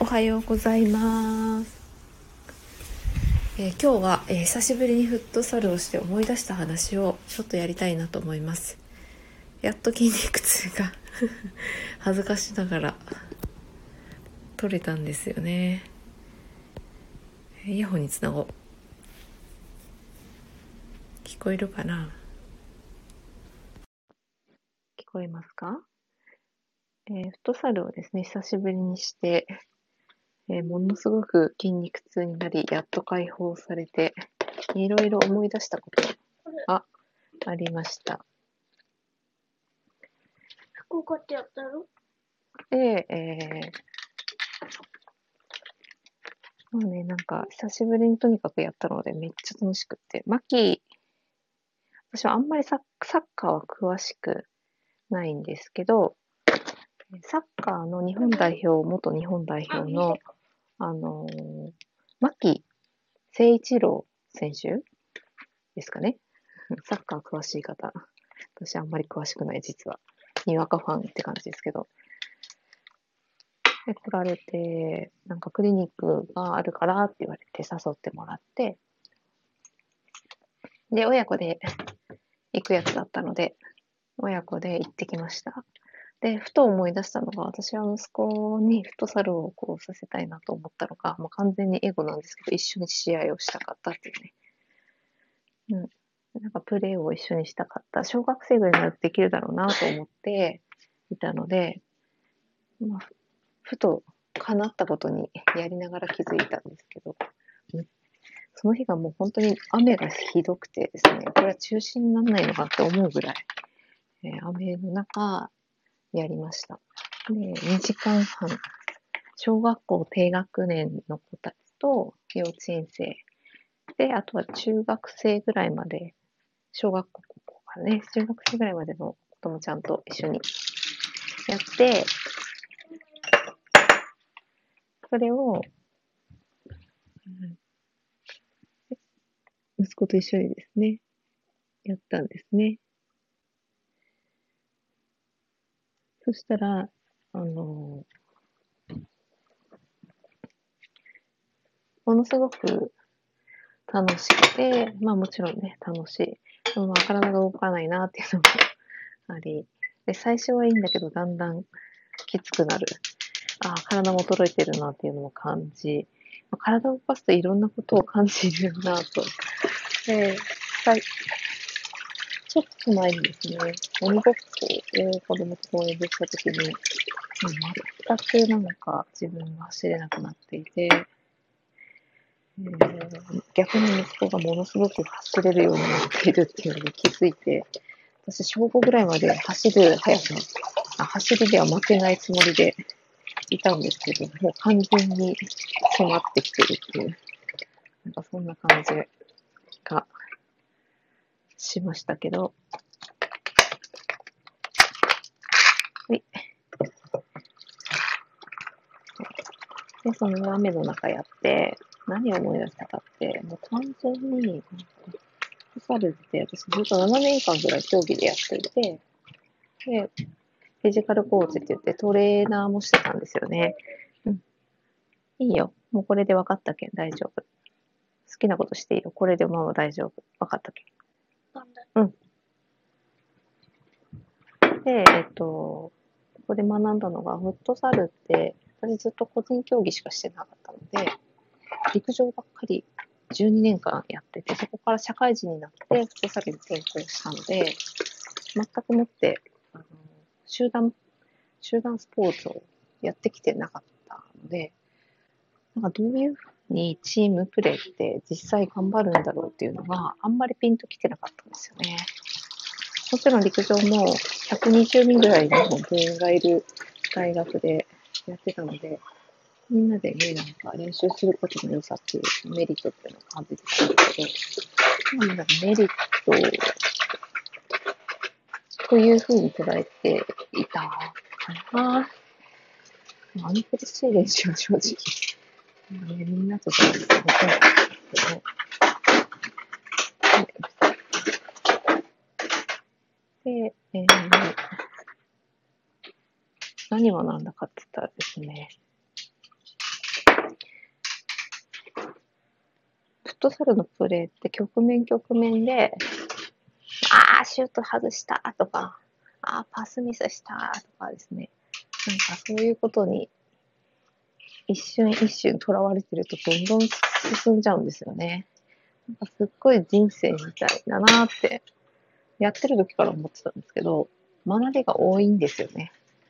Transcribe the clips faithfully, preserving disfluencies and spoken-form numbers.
おはようございます。えー、今日は、えー、久しぶりにフットサルをして思い出した話をちょっとやりたいなと思います。やっと筋肉痛が恥ずかしながら取れたんですよね。イヤホンにつなごう。聞こえるかな？聞こえますか？えー、フットサルをですね、久しぶりにして、えー、ものすごく筋肉痛になり、やっと解放されて、いろいろ思い出したことがありました。 福岡ってやったの？ で、えー、まあね、なんか久しぶりにとにかくやったのでめっちゃ楽しくって、マキ、私はあんまりサッサッカーは詳しくないんですけど、サッカーの日本代表、元日本代表の、あのー、牧誠一郎選手ですかね。サッカー詳しい方。私あんまり詳しくない、実は。にわかファンって感じですけど。で、来られて、なんかクリニックがあるからって言われて誘ってもらって、で、親子で行くやつだったので、親子で行ってきました。で、ふと思い出したのが、私は息子にフットサルをこうさせたいなと思ったのが、もう完全にエゴなんですけど、一緒に試合をしたかったっていうね。うん。なんかプレーを一緒にしたかった。小学生ぐらいになるとできるだろうなと思っていたので、まあ、ふと叶ったことにやりながら気づいたんですけど、その日がもう本当に雨がひどくてですね、これは中止にならないのかって思うぐらい、えー雨の中、やりました。で、にじかんはん、小学校低学年の子たちと幼稚園生、で、あとは中学生ぐらいまで、小学校からね、中学生ぐらいまでの子供ちゃんと一緒にやって、それを、息子と一緒にですね、やったんですね。そしたら、あの、ものすごく楽しくて、まあもちろんね、楽しい。でもまあ体が動かないなっていうのもあり、で、最初はいいんだけど、だんだんきつくなる。ああ、体も衰えてるなっていうのも感じ、まあ、体を動かすといろんなことを感じるなと。で、さいちょっと前にですね、鬼ごっこを子供と公園でしたときに、全くなんか自分が走れなくなっていて、えー逆に息子がものすごく走れるようになっているっていうのに気づいて、私、小ごぐらいまで走る速さ、あ走りでは負けないつもりでいたんですけど、もう完全に染まってきてるっていう、なんかそんな感じがしましたけど、はい。で、その雨の中やって、何を思い出したかって、もう完全に、フッサルって私ずっとななねんかんぐらい競技でやっていて、で、フィジカルコーチって言ってトレーナーもしてたんですよね。うん。いいよ。もうこれで分かったけん大丈夫。好きなことしていいよ。これでママ大丈夫。分かったけん。うん。で、えっと、ここで学んだのが、フットサルって、私ずっと個人競技しかしてなかったので、陸上ばっかりじゅうにねんかんやってて、そこから社会人になってフットサルに転向したので、全くもって、あの、集団、集団スポーツをやってきてなかったので、なんかどういうふうにチームプレーって実際頑張るんだろうっていうのがあんまりピンときてなかったんですよね。もちろん陸上もひゃくにじゅうにんぐらいの部員がいる大学でやってたので、みんなでね、なんか練習することの良さっていうメリットっていうのを感じてたんですけど、なんかメリットというふうに捉えていたかな。あの苦しい練習は正直、ね、みんなとじゃほとんどですけど、で、えー、何はなんだかって言ったらですね、 トサルのプレーって局面局面で、あー、シュート外したとか、あー、パスミスしたとかですね。なんかそういうことに一瞬一瞬囚われてるとどんどん進んじゃうんですよね。なんかすっごい人生みたいだなって、やってる時から思ってたんですけど、学びが多いんですよね。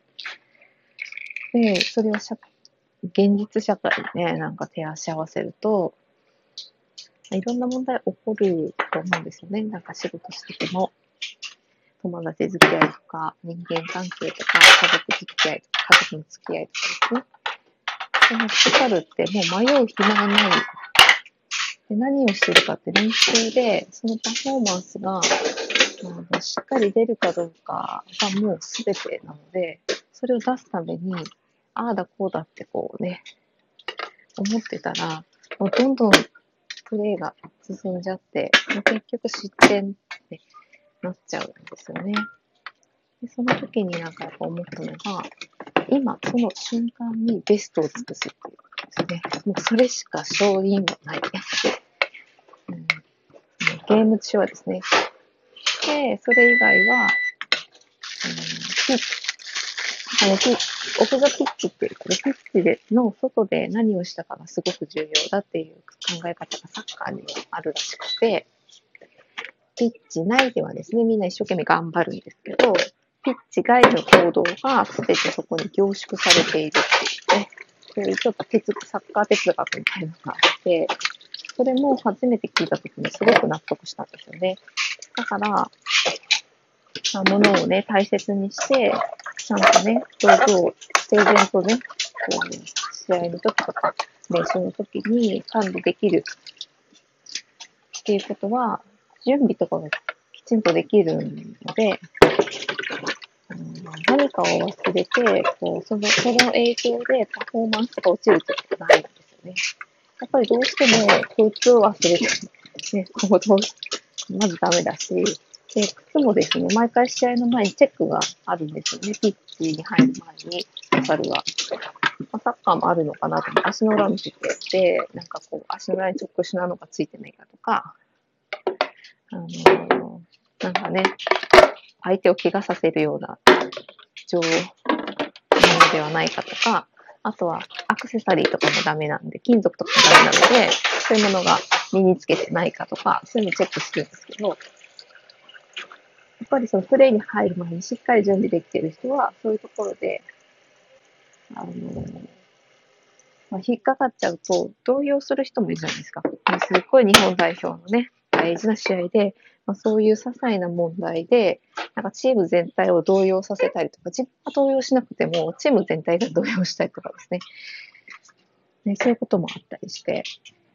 で、それを社現実社会にね、なんか照らし合わせると、いろんな問題起こると思うんですよね。なんか仕事してても、友達付き合いとか、人間関係とか、家族付き合いとか、家族の付き合いとかですね。そのフットサルってもう迷う暇がない。で、何をしてるかって練習で、そのパフォーマンスが、あのしっかり出るかどうかがもう全てなので、それを出すために、ああだこうだってこうね、思ってたら、もうどんどんプレーが進んじゃって、もう結局失点ってなっちゃうんですよね。でその時になんかやっぱ思ったのが、今その瞬間にベストを尽くすっていうことですね。もうそれしか勝因はない。うん、ゲーム中はですね。で、それ以外は、うん、ピッチ、あのピオフザピッチっていうか、ピッチでの外で何をしたかがすごく重要だっていう考え方がサッカーにはあるらしくて、ピッチ内ではですね、みんな一生懸命頑張るんですけど、ピッチ外の行動が全てそこに凝縮されているっていうね、そういうちょっと哲サッカー哲学みたいなのがあって、それも初めて聞いたときにすごく納得したんですよね。だから、ものをね、大切にして、ちゃんとね、道具を整然とね、こう試合の時とか、練習の時に管理できるっていうことは、準備とかがきちんとできるので、うん、何かを忘れて、こうそのその影響でパフォーマンスが落ちるってことないんですよね。やっぱりどうしても空気を忘れて、ね、行動まずダメだし、で、靴もですね、毎回試合の前にチェックがあるんですよね。ピッチに入る前に、フサルは。まあ、サッカーもあるのかなと思って、足の裏見せてて、なんかこう、足の裏に特殊なのがついてないかとか、あのー、なんかね、相手を怪我させるような情報ではないかとか、あとはアクセサリーとかもダメなんで、金属とかもダメなので、そういうものが身につけてないかとか、そういうのチェックするんですけど、やっぱりそのプレーに入る前にしっかり準備できている人は、そういうところで、あのーまあ、引っかかっちゃうと動揺する人もいるじゃないですか。すっごい日本代表のね、大事な試合で、まあ、そういう些細な問題で、なんかチーム全体を動揺させたりとか、自分が動揺しなくても、チーム全体が動揺したりとかですね。ね、そういうこともあったりして。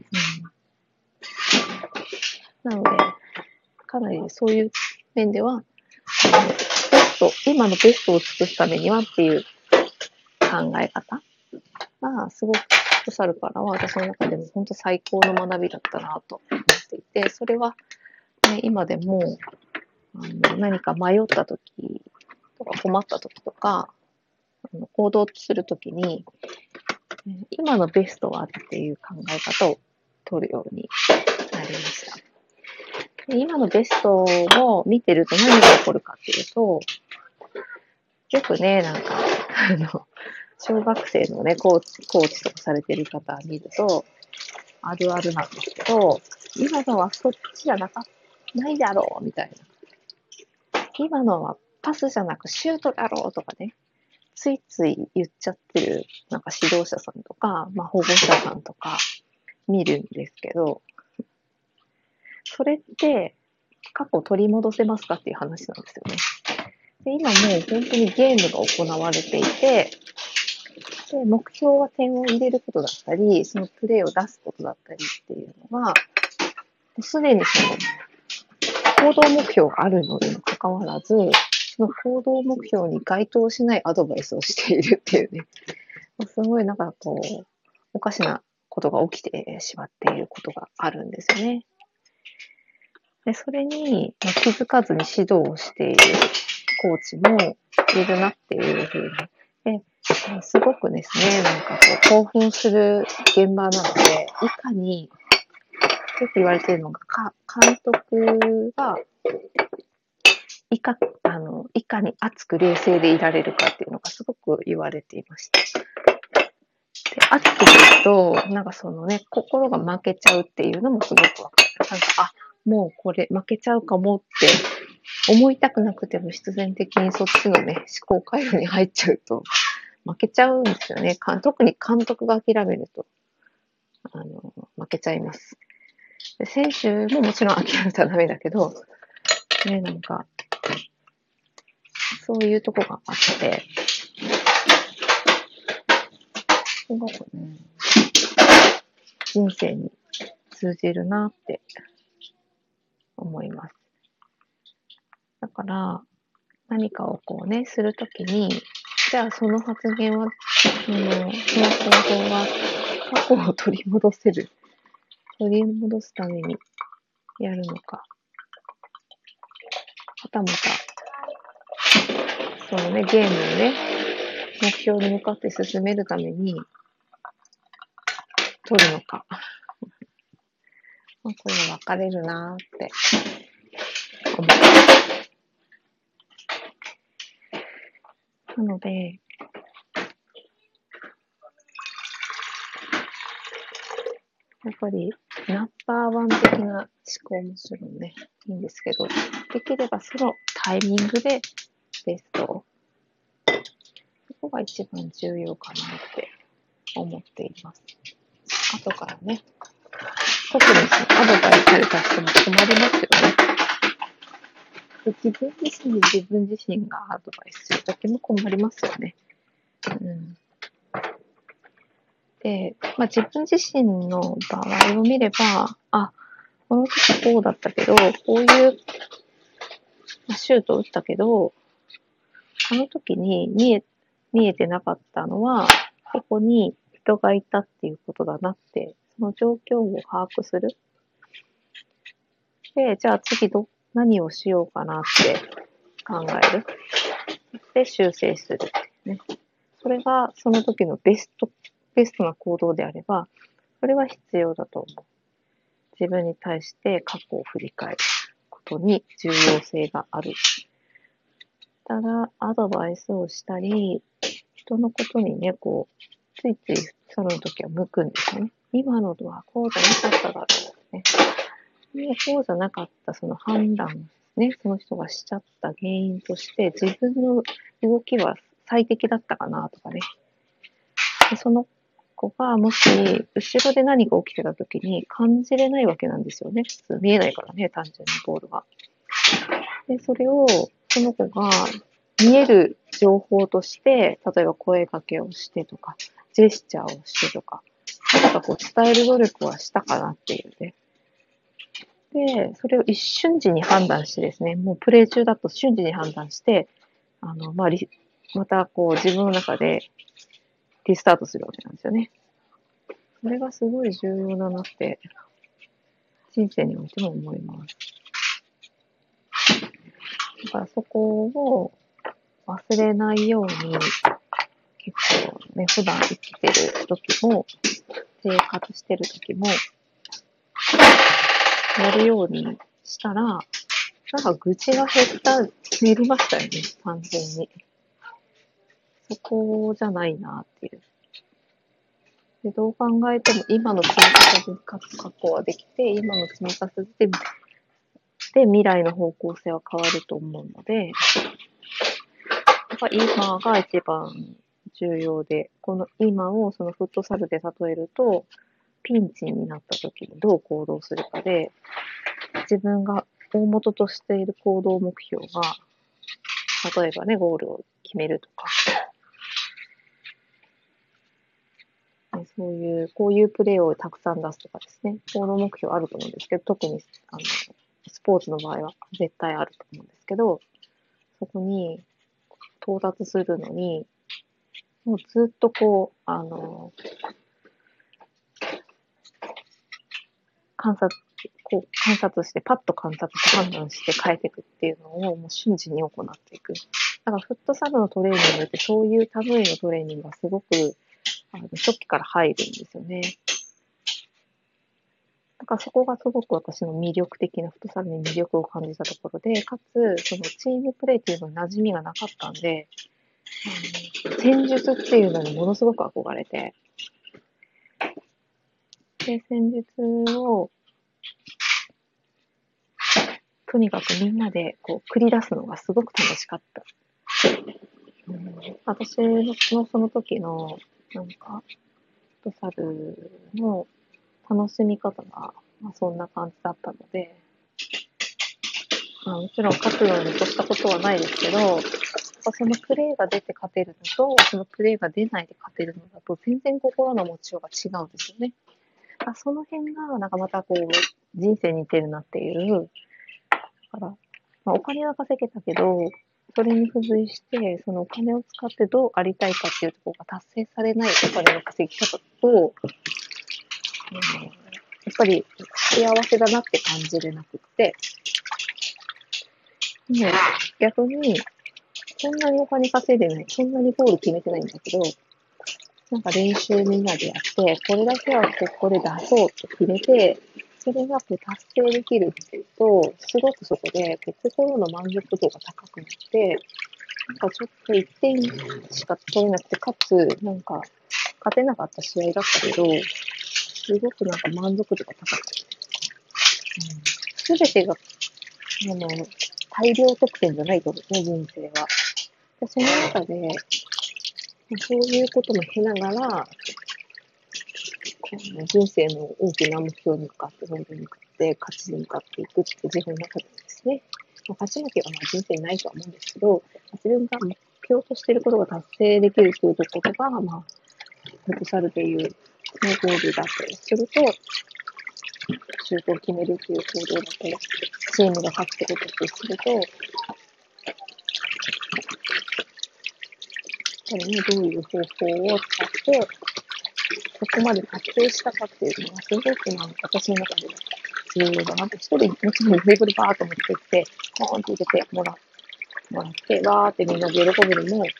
うん、なので、かなりそういう面では、ベスト、今のベストを尽くすためにはっていう考え方が、すごくフットサルからは私の中でも本当最高の学びだったなと思っていて、それは、ね、今でもあの何か迷った時とか困った時とか、あの行動する時に、今のベストはっていう考え方を取るようになりました。で今のベストを見てると何が起こるかっていうと、よくね、なんか、あの、小学生のね、コーチ、コーチとかされてる方を見ると、あるあるなんですけど、今のはそっちじゃなかないだろう、みたいな。今のはパスじゃなくシュートだろうとかね、ついつい言っちゃってる、なんか指導者さんとか、まあ保護者さんとか見るんですけど、それって過去取り戻せますかっていう話なんですよね。で今もう本当にゲームが行われていて、で目標は点を入れることだったり、そのプレーを出すことだったりっていうのが、すでにその行動目標があるのにもかかわらず、その行動目標に該当しないアドバイスをしているっていうね、すごいなんかこう、おかしなことが起きてしまっていることがあるんですよね。でそれに気づかずに指導をしているコーチもいるなっていうふうに。ですごくですね、なんかこう興奮する現場なので、いかによく言われているのが、か監督が、いか、あの、いかに熱く冷静でいられるかっていうのがすごく言われていました。で、熱く言うと、なんかそのね、心が負けちゃうっていうのもすごくわかる。なんか、あ、もうこれ負けちゃうかもって思いたくなくても必然的にそっちのね、思考回路に入っちゃうと負けちゃうんですよね。特に監督が諦めると、あの、負けちゃいます。で、選手ももちろん諦めたらダメだけど、ね、なんか、そういうとこがあって、すごくね、人生に通じるなって思います。だから、何かをこうね、するときに、じゃあその発言は、その、その行動は過去を取り戻せる、取り戻すためにやるのか、はたまた、そのね、ゲームをね、目標に向かって進めるために、取るのか。これは分かれるなーって思う。なので、やっぱり、ナッパーワン的な思考もちろんね、いいんですけど、できればそのタイミングでベストを、そこが一番重要かなって思っています。後からね、特にアドバイスを出しても困りますよね。自分自身に自分自身がアドバイスするときも困りますよね。うん、で、まあ、自分自身の場合を見れば、あ、この時こうだったけど、こういう、まあ、シュートを打ったけど、あの時に見え、見えてなかったのは、ここに人がいたっていうことだなって、その状況を把握する。で、じゃあ次ど、何をしようかなって考える。で、修正する、ね。それがその時のベスト、ベストな行動であれば、それは必要だと思う。自分に対して過去を振り返ることに重要性がある。ただ、アドバイスをしたり、人のことにね、こう、ついついその時は向くんですよね。今のとはこうじゃなかっただろうね。こうじゃなかったその判断ですね。その人がしちゃった原因として、自分の動きは最適だったかなとかね。でその子がもし後ろで何か起きてた時に感じれないわけなんですよね。普通見えないからね、単純にボールが。で、それをその子が見える情報として、例えば声かけをしてとか、ジェスチャーをしてとか、なんかこう伝える努力はしたかなっていうね。で、それを一瞬時に判断してですね、もうプレイ中だと瞬時に判断して、あの、まあ、またこう自分の中でリスタートするわけなんですよね。それがすごい重要だなって、人生においても思います。だからそこを忘れないように、結構ね、普段生きてる時も、生活してる時も、やるようにしたら、なんか愚痴が減った、減りましたよね、完全に。そこじゃないなっていう。でどう考えても今の積み重ねか過去はできて、今の積み重ねで、で未来の方向性は変わると思うので、やっぱ今が一番重要で、この今をそのフットサルで例えると、ピンチになった時にどう行動するかで、自分が大元としている行動目標が、例えばね、ゴールを決めるとか、ね、そういう、こういうプレーをたくさん出すとかですね、行動目標あると思うんですけど、特にあのスポーツの場合は絶対あると思うんですけど、そこに到達するのに、もうずっとこう、あの、観察、こう観察して、パッと観察して判断して変えていくっていうのをもう瞬時に行っていく。だからフットサルのトレーニングってそういう類のトレーニングがすごくあの初期から入るんですよね。 だからそこがすごく私の魅力的な、フットサルに魅力を感じたところで、かつ、そのチームプレーっていうのに馴染みがなかったんで、あの戦術っていうのにものすごく憧れて、で、戦術を、とにかくみんなでこう繰り出すのがすごく楽しかった。うん、私のその時の、なんか、フットサルの楽しみ方が、まあ、そんな感じだったので、まあ、もちろん勝つのに越したことはないですけど、そのプレーが出て勝てるのと、そのプレーが出ないで勝てるのだと、全然心の持ちようが違うんですよね。あ、その辺が、なんかまたこう、人生に似てるなっていう。だから、まあ、お金は稼げたけど、それに付随して、そのお金を使ってどうありたいかっていうところが達成されないお金の稼ぎ方と、うん、やっぱり幸せだなって感じれなくって、もう逆に、そんなにお金稼いでない、そんなにゴール決めてないんだけど、なんか練習みんなでやって、これだけはここで出そうって決めて、それがこう達成できるっていうと、すごくそこでこう心の満足度が高くなって、なんかちょっといってんしか取れなくて、かつ、なんか勝てなかった試合だったけど、すごくなんか満足度が高くて、す、べ、てが、あの、大量得点じゃないと思うんですね、人生は。でその中で、そういうことも経ながら、人生の大きな目標に向かって、ゴールに向かって、勝ちに向かっていくって自分の中でですね、まあ、勝ち負けはまあ人生にないとは思うんですけど、自分が目標としていることが達成できるというところが、まあ、フットサルでいう、ね、ゴールだったりすると、シュートを決めるっていう行動だったり、チームが勝つってことってすると、やっぱりね、どういう方法を使って、そこまで達成したかっていうのがすごくなんか私の中で重要だなって、一人もちろんテーブルバーっと持って行って、ポーンって入れてもらもらって、わーってみんなで喜ぶのも、ね、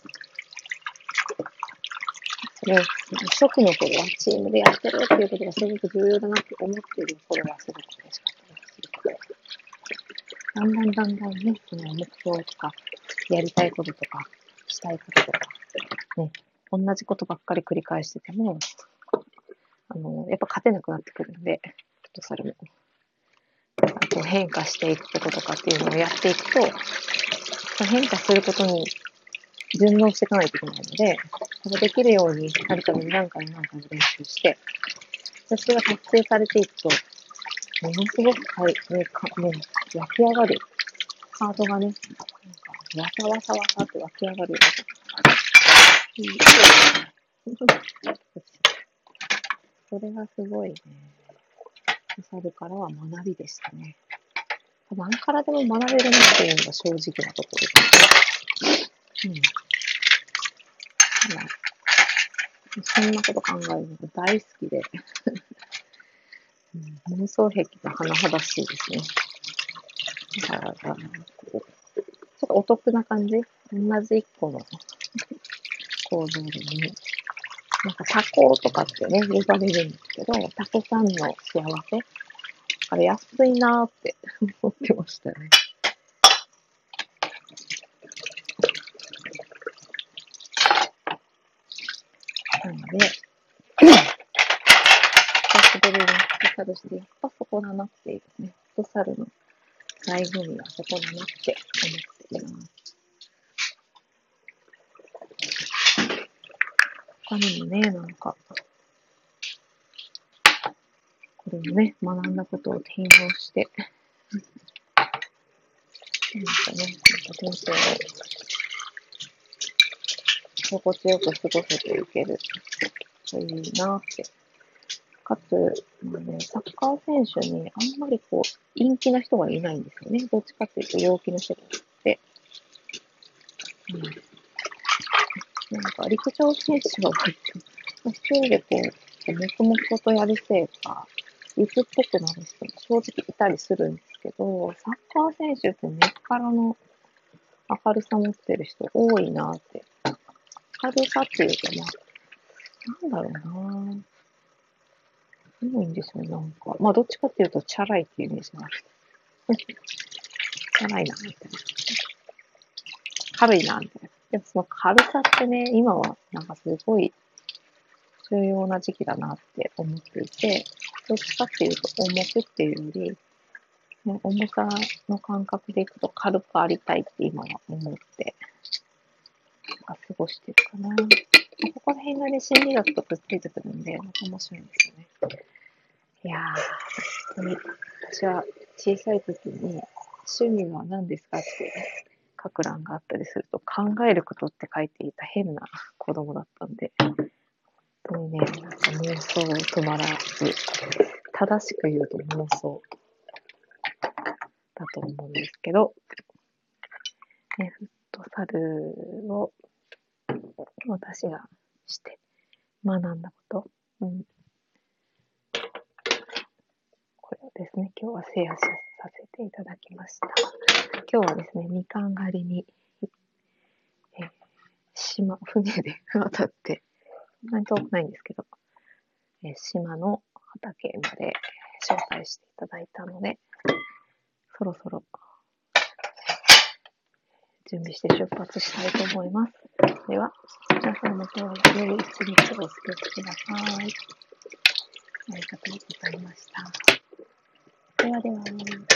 初期の頃はチームでやってるっていうことがすごく重要だなって思っている頃はすごく嬉しかったです。だんだんだんだんね、その目標とか、やりたいこととか、したいこととか、ね、同じことばっかり繰り返してても、あの、やっぱ勝てなくなってくるので、フットサルも。こう変化していくこととかっていうのをやっていくと、変化することに順応していかないといけないので、それできるようになるために何回も何回も練習して、それが達成されていくと、ものすごくかい、ね、かね、湧き上がる。ハートがね、なんか、わさわさわさって湧き上がるような。うん、それがすごいね、サルからは学びでしたね。何からでも学べるなっていうのが正直なところです。うん。まあ、そんなこと考えるのが大好きで、うん、妄想癖が甚だしいですね。だから、ちょっとお得な感じ、同じ一個の構造でね、なんかタコとかってね、呼ばれるんですけど、タコさんの幸せ、あれ安いなーって思ってましたね。なので、久しぶりにフットサルして、やっぱそこだなっていうね、フットサルの醍醐味はそこだなって思っています。他にもね、なんか、これもね、学んだことを転用して、なんかね、なんか人生を心地よく過ごせていけるといいなって。かつ、まあね、サッカー選手にあんまりこう、陰気な人がいないんですよね。どっちかっていうと陽気な人がいて。うん、なんか陸上選手は割と、一人でこう、黙々とやるせいか、鬱っぽくなる人も正直いたりするんですけど、サッカー選手って根っからの明るさ持ってる人多いなって。明るさっていうか、まあ、なんだろうな。 重いんですよね、なんか。まあ、どっちかっていうと、チャラいっていうイメージがある。チャラいな、みたいな。軽いな、みたいな。でもその軽さってね、今はなんかすごい重要な時期だなって思っていて、どっちかっていうと重くっていうより、ね、重さの感覚でいくと軽くありたいって今は思って、過ごしてるかな。ここら辺がね、心理学とくっついてくるんで、また面白いんですよね。いやー、本当に、私は小さい時に、趣味は何ですかって書く欄があったりすると、考えることって書いていた変な子供だったんで、本当にね、なんか妄想を止まらず、正しく言うと妄想だと思うんですけど、ね、フットサルを私がして学んだこと、うん、これをですね、今日はシェアさせていただきました。今日はですね、みかん狩りに、えー、島、船で渡って、そんなに遠くないんですけど、えー、島の畑まで招待していただいたので、そろそろ準備して出発したいと思います。では、皆さんも今日は良い一日をお過ごしください。ありがとうございました。ではでは。